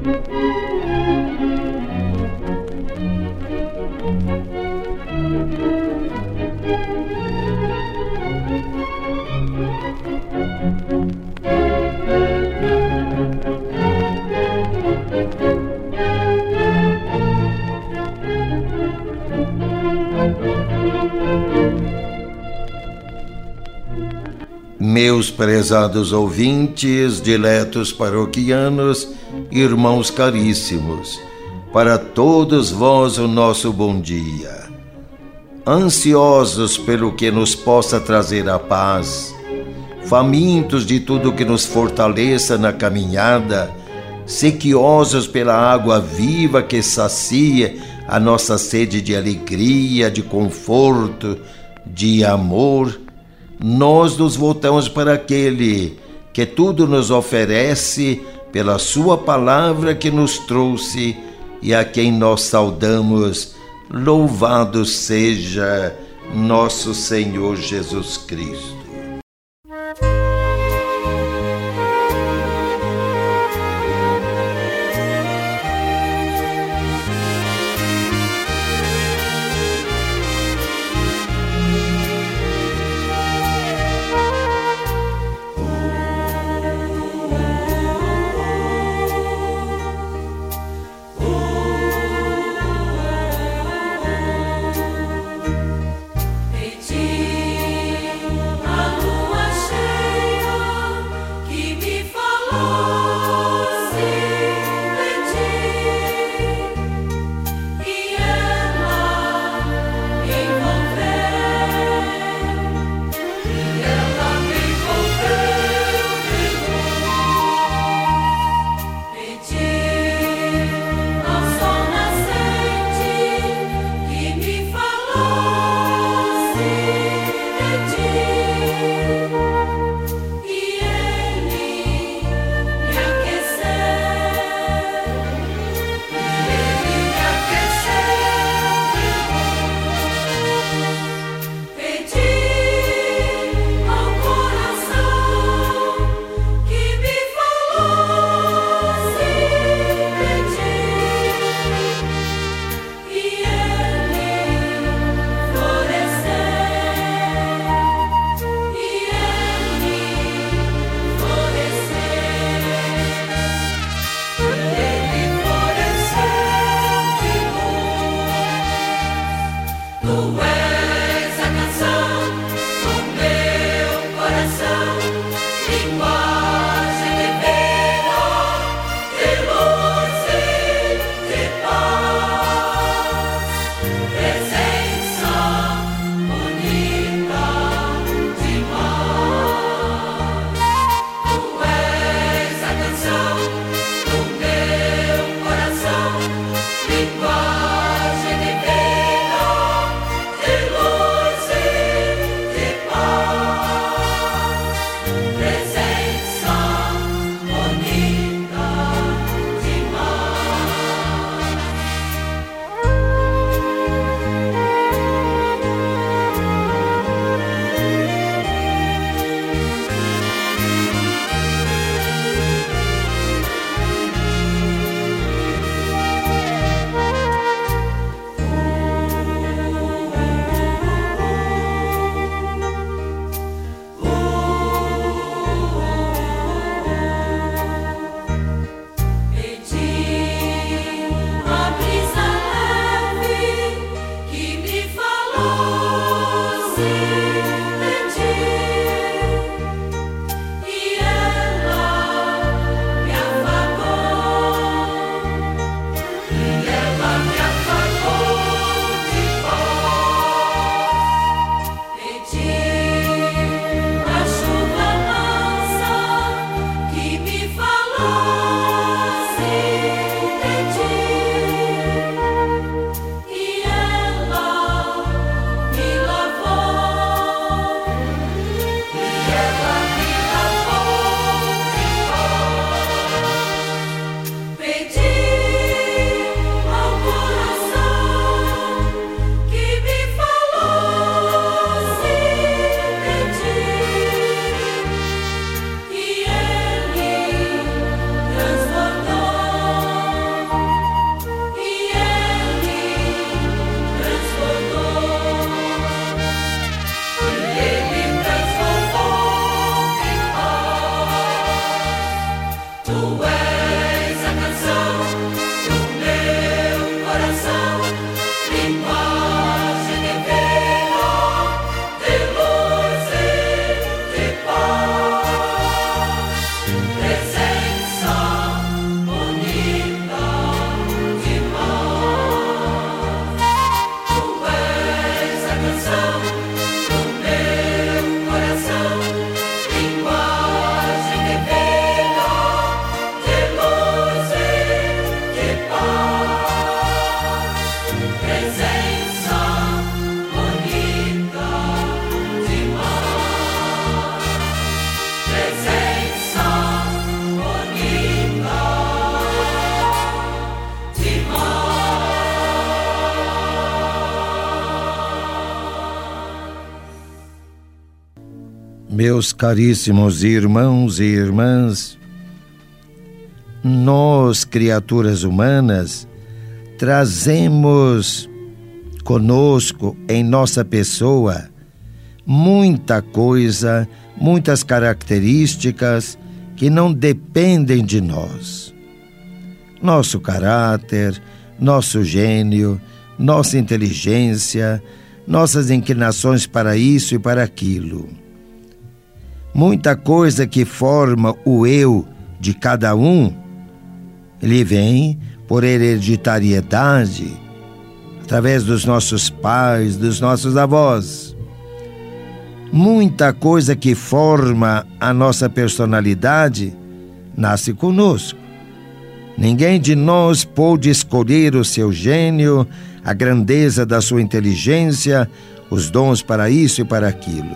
Meus prezados ouvintes, diletos paroquianos, irmãos caríssimos, para todos vós o nosso bom dia. Ansiosos pelo que nos possa trazer a paz, famintos de tudo que nos fortaleça na caminhada, sequiosos pela água viva que sacia a nossa sede de alegria, de conforto, de amor, nós nos voltamos para aquele que tudo nos oferece pela sua palavra que nos trouxe e a quem nós saudamos. Louvado seja nosso Senhor Jesus Cristo. Meus caríssimos irmãos e irmãs, nós, criaturas humanas, trazemos conosco, em nossa pessoa, muita coisa, muitas características que não dependem de nós. Nosso caráter, nosso gênio, nossa inteligência, nossas inclinações para isso e para aquilo. Muita coisa que forma o eu de cada um, ele vem por hereditariedade, através dos nossos pais, dos nossos avós. Muita coisa que forma a nossa personalidade nasce conosco. Ninguém de nós pôde escolher o seu gênio, a grandeza da sua inteligência, os dons para isso e para aquilo.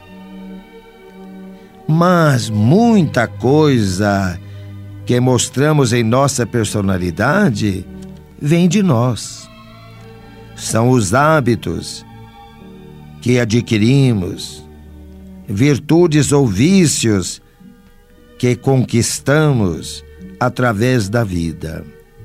Mas muita coisa que mostramos em nossa personalidade vem de nós. São os hábitos que adquirimos, virtudes ou vícios que conquistamos através da vida.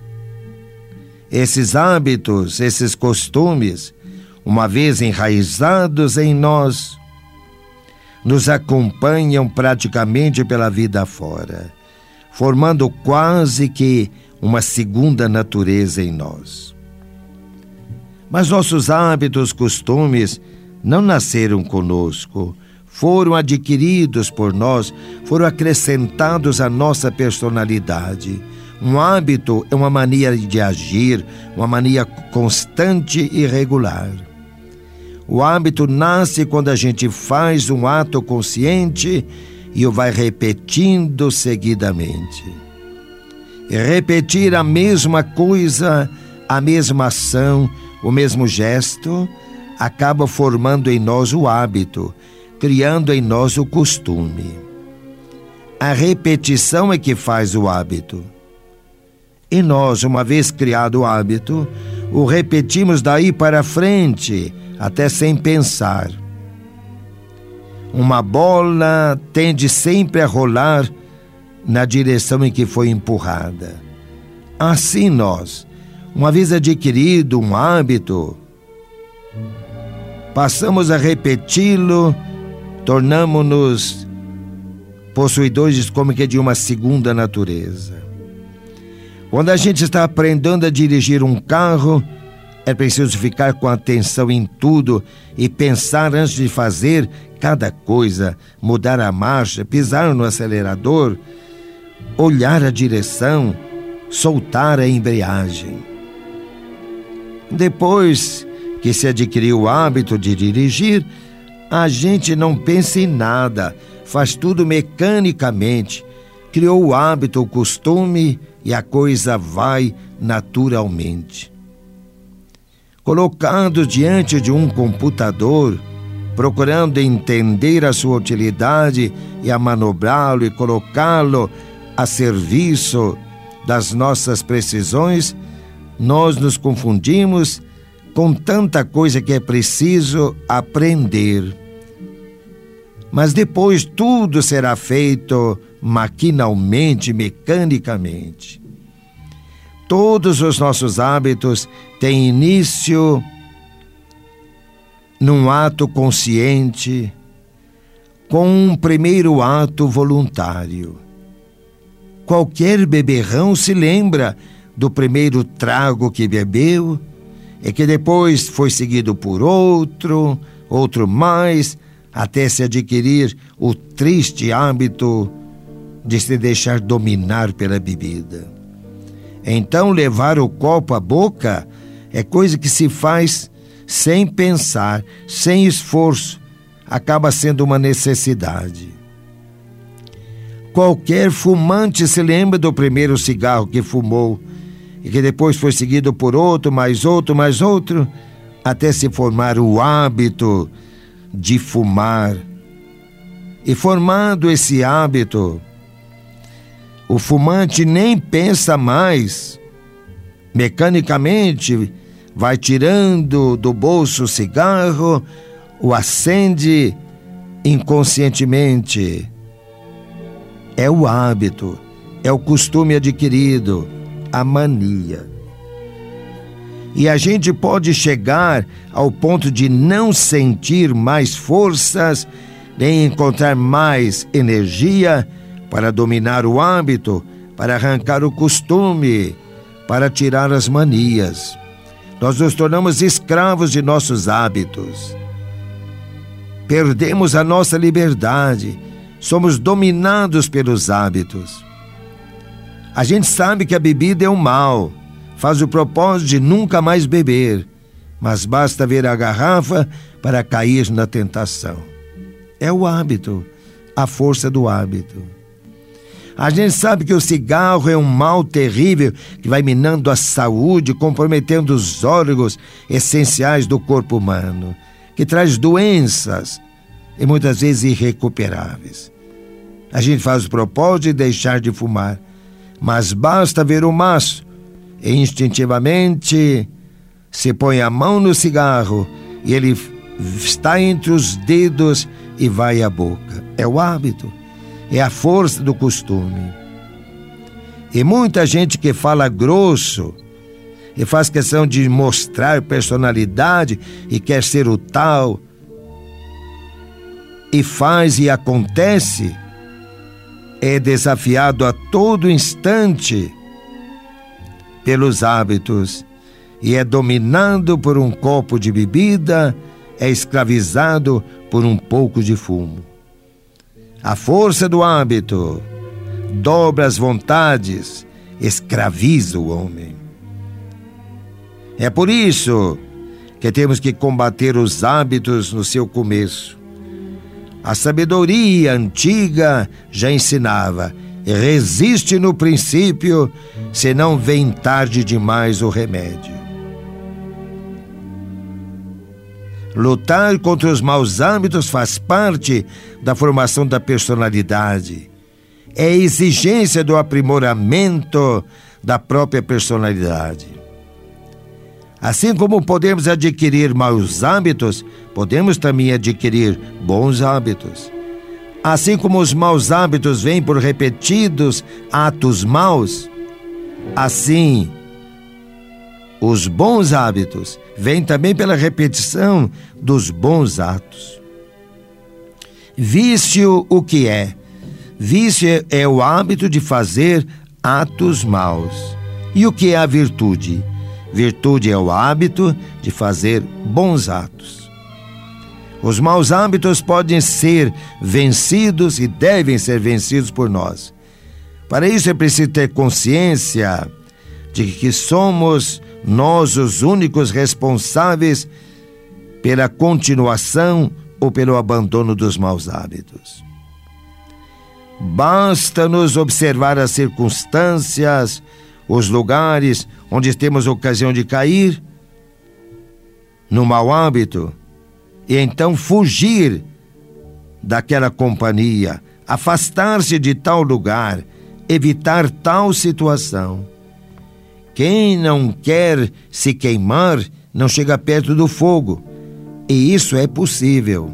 Esses hábitos, esses costumes, uma vez enraizados em nós, nos acompanham praticamente pela vida fora, formando quase que uma segunda natureza em nós. Mas nossos hábitos, costumes, não nasceram conosco, foram adquiridos por nós, foram acrescentados à nossa personalidade. Um hábito é uma maneira de agir, uma mania constante e regular. O hábito nasce quando a gente faz um ato consciente e o vai repetindo seguidamente. E repetir a mesma coisa, a mesma ação, o mesmo gesto, acaba formando em nós o hábito, criando em nós o costume. A repetição é que faz o hábito. E nós, uma vez criado o hábito, o repetimos daí para frente, até sem pensar. Uma bola tende sempre a rolar na direção em que foi empurrada. Assim nós, uma vez adquirido um hábito, passamos a repeti-lo, tornamo-nos possuidores como que de uma segunda natureza. Quando a gente está aprendendo a dirigir um carro, é preciso ficar com atenção em tudo e pensar antes de fazer cada coisa, mudar a marcha, pisar no acelerador, olhar a direção, soltar a embreagem. Depois que se adquiriu o hábito de dirigir, a gente não pensa em nada, faz tudo mecanicamente, criou o hábito, o costume e a coisa vai naturalmente. Colocado diante de um computador, procurando entender a sua utilidade e a manobrá-lo e colocá-lo a serviço das nossas precisões, nós nos confundimos com tanta coisa que é preciso aprender. Mas depois tudo será feito maquinalmente, mecanicamente. Todos os nossos hábitos têm início num ato consciente, com um primeiro ato voluntário. Qualquer beberrão se lembra do primeiro trago que bebeu, e que depois foi seguido por outro mais, até se adquirir o triste hábito de se deixar dominar pela bebida. Então, levar o copo à boca é coisa que se faz sem pensar, sem esforço, acaba sendo uma necessidade. Qualquer fumante se lembra do primeiro cigarro que fumou e que depois foi seguido por outro, mais outro, até se formar o hábito de fumar. E formado esse hábito, o fumante nem pensa mais, mecanicamente vai tirando do bolso o cigarro, o acende inconscientemente. É o hábito, é o costume adquirido, a mania. E a gente pode chegar ao ponto de não sentir mais forças, nem encontrar mais energia para dominar o hábito, para arrancar o costume, para tirar as manias. Nós nos tornamos escravos de nossos hábitos. Perdemos a nossa liberdade, somos dominados pelos hábitos. A gente sabe que a bebida é um mal, faz o propósito de nunca mais beber, mas basta ver a garrafa para cair na tentação. É o hábito, a força do hábito. A gente sabe que o cigarro é um mal terrível que vai minando a saúde, comprometendo os órgãos essenciais do corpo humano, que traz doenças e muitas vezes irrecuperáveis. A gente faz o propósito de deixar de fumar, mas basta ver o maço e instintivamente se põe a mão no cigarro e ele está entre os dedos e vai à boca. É o hábito, é a força do costume. E muita gente que fala grosso e faz questão de mostrar personalidade e quer ser o tal, e faz e acontece, é desafiado a todo instante pelos hábitos e é dominado por um copo de bebida, é escravizado por um pouco de fumo. A força do hábito dobra as vontades, escraviza o homem. É por isso que temos que combater os hábitos no seu começo. A sabedoria antiga já ensinava: resiste no princípio, senão vem tarde demais o remédio. Lutar contra os maus hábitos faz parte da formação da personalidade. É exigência do aprimoramento da própria personalidade. Assim como podemos adquirir maus hábitos, podemos também adquirir bons hábitos. Assim como os maus hábitos vêm por repetidos atos maus, assim os bons hábitos vêm também pela repetição dos bons atos. Vício, o que é? Vício é o hábito de fazer atos maus. E o que é a virtude? Virtude é o hábito de fazer bons atos. Os maus hábitos podem ser vencidos e devem ser vencidos por nós. Para isso é preciso ter consciência de que somos nós os únicos responsáveis pela continuação ou pelo abandono dos maus hábitos. Basta-nos observar as circunstâncias, os lugares onde temos ocasião de cair no mau hábito e então fugir daquela companhia, afastar-se de tal lugar, evitar tal situação. Quem não quer se queimar não chega perto do fogo, e isso é possível.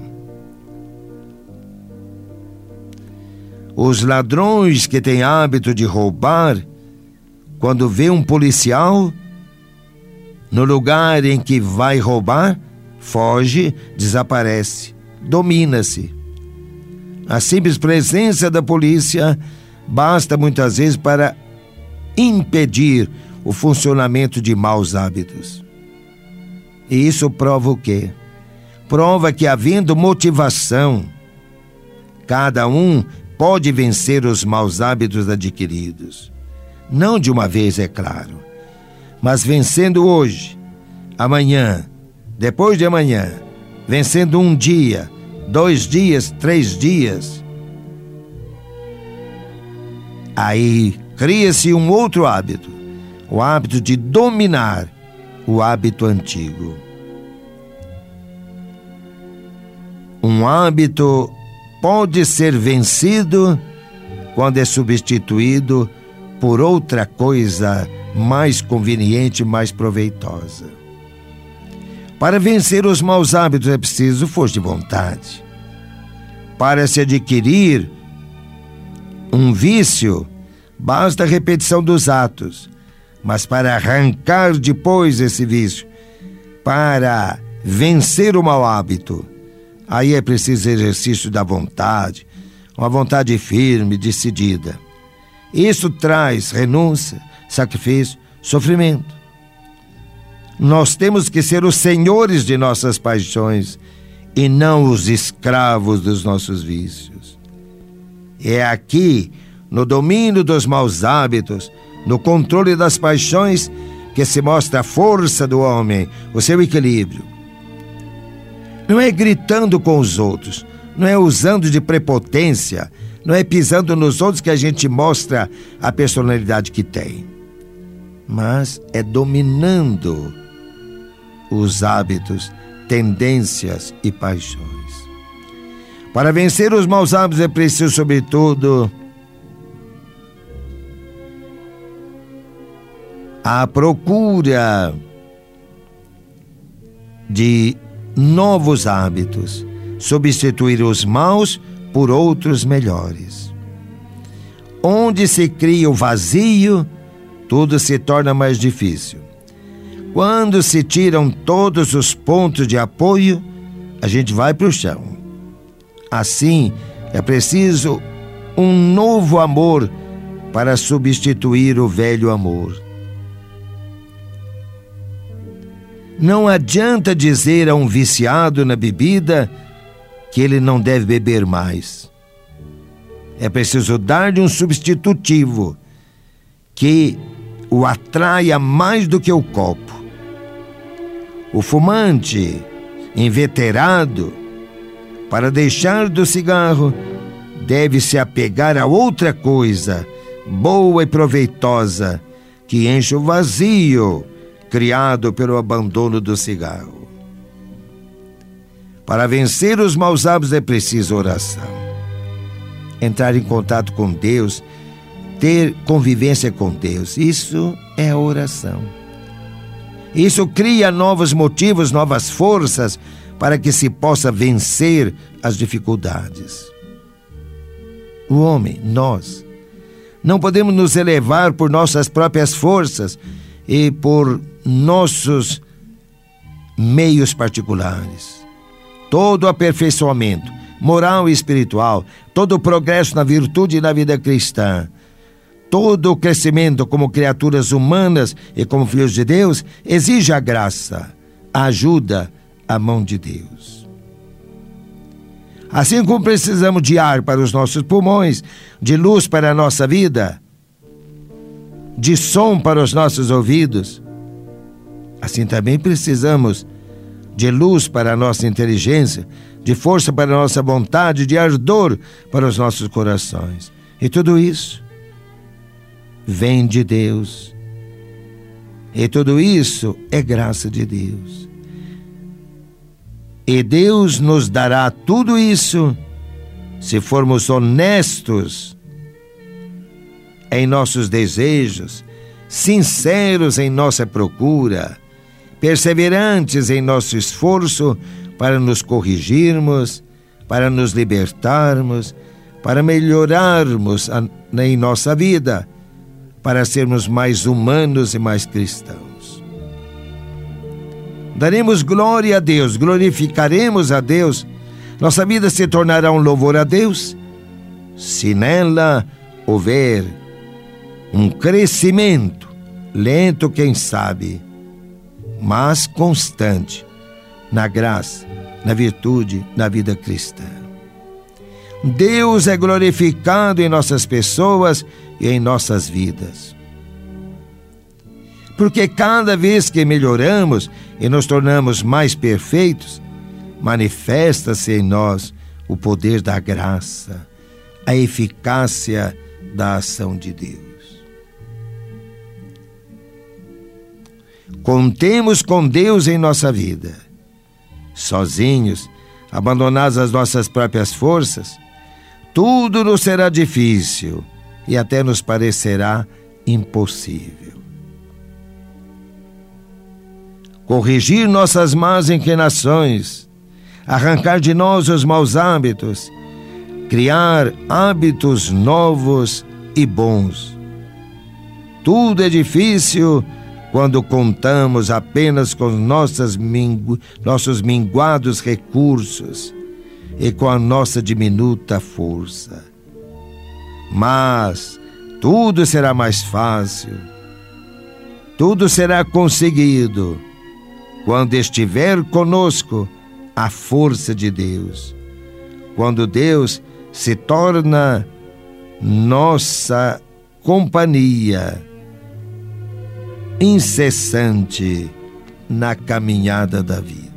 Os ladrões que têm hábito de roubar, quando vê um policial no lugar em que vai roubar, foge, desaparece, domina-se. A simples presença da polícia basta muitas vezes para impedir o funcionamento de maus hábitos. E isso prova o quê? Prova que, havendo motivação, cada um pode vencer os maus hábitos adquiridos. Não de uma vez, é claro, mas vencendo hoje, amanhã, depois de amanhã, vencendo um dia, 2 dias, 3 dias. Aí cria-se um outro hábito, o hábito de dominar o hábito antigo. Um hábito pode ser vencido quando é substituído por outra coisa mais conveniente, mais proveitosa. Para vencer os maus hábitos é preciso força de vontade. Para se adquirir um vício, basta a repetição dos atos. Mas para arrancar depois esse vício, para vencer o mau hábito, aí é preciso exercício da vontade, uma vontade firme, decidida. Isso traz renúncia, sacrifício, sofrimento. Nós temos que ser os senhores de nossas paixões e não os escravos dos nossos vícios. É aqui, no domínio dos maus hábitos, no controle das paixões, que se mostra a força do homem, o seu equilíbrio. Não é gritando com os outros, não é usando de prepotência, não é pisando nos outros que a gente mostra a personalidade que tem, mas é dominando os hábitos, tendências e paixões. Para vencer os maus hábitos é preciso, sobretudo, a procura de novos hábitos, substituir os maus por outros melhores. Onde se cria o vazio, tudo se torna mais difícil. Quando se tiram todos os pontos de apoio, a gente vai para o chão. Assim, é preciso um novo amor para substituir o velho amor. Não adianta dizer a um viciado na bebida que ele não deve beber mais. É preciso dar-lhe um substitutivo que o atraia mais do que o copo. O fumante, inveterado, para deixar do cigarro, deve se apegar a outra coisa, boa e proveitosa, que enche o vazio criado pelo abandono do cigarro. Para vencer os maus hábitos é preciso oração. Entrar em contato com Deus, ter convivência com Deus, isso é a oração. Isso cria novos motivos, novas forças para que se possa vencer as dificuldades. O homem, nós, não podemos nos elevar por nossas próprias forças e por nossos meios particulares. Todo aperfeiçoamento moral e espiritual, todo o progresso na virtude e na vida cristã, todo o crescimento como criaturas humanas e como filhos de Deus, exige a graça, a ajuda, a mão de Deus. Assim como precisamos de ar para os nossos pulmões, de luz para a nossa vida, de som para os nossos ouvidos, assim também precisamos de luz para a nossa inteligência, de força para a nossa vontade, de ardor para os nossos corações. E tudo isso vem de Deus. E tudo isso é graça de Deus. E Deus nos dará tudo isso se formos honestos em nossos desejos, sinceros em nossa procura, perseverantes em nosso esforço para nos corrigirmos, para nos libertarmos, para melhorarmos em nossa vida, para sermos mais humanos e mais cristãos. Daremos glória a Deus, glorificaremos a Deus, nossa vida se tornará um louvor a Deus, se nela houver um crescimento, lento quem sabe, mas constante, na graça, na virtude, na vida cristã. Deus é glorificado em nossas pessoas e em nossas vidas. Porque cada vez que melhoramos e nos tornamos mais perfeitos, manifesta-se em nós o poder da graça, a eficácia da ação de Deus. Contemos com Deus em nossa vida. Sozinhos, abandonados às nossas próprias forças, tudo nos será difícil e até nos parecerá impossível. Corrigir nossas más inclinações, arrancar de nós os maus hábitos, criar hábitos novos e bons. Tudo é difícil quando contamos apenas com nossos minguados recursos e com a nossa diminuta força. Mas tudo será mais fácil, tudo será conseguido quando estiver conosco a força de Deus. Quando Deus se torna nossa companhia incessante na caminhada da vida.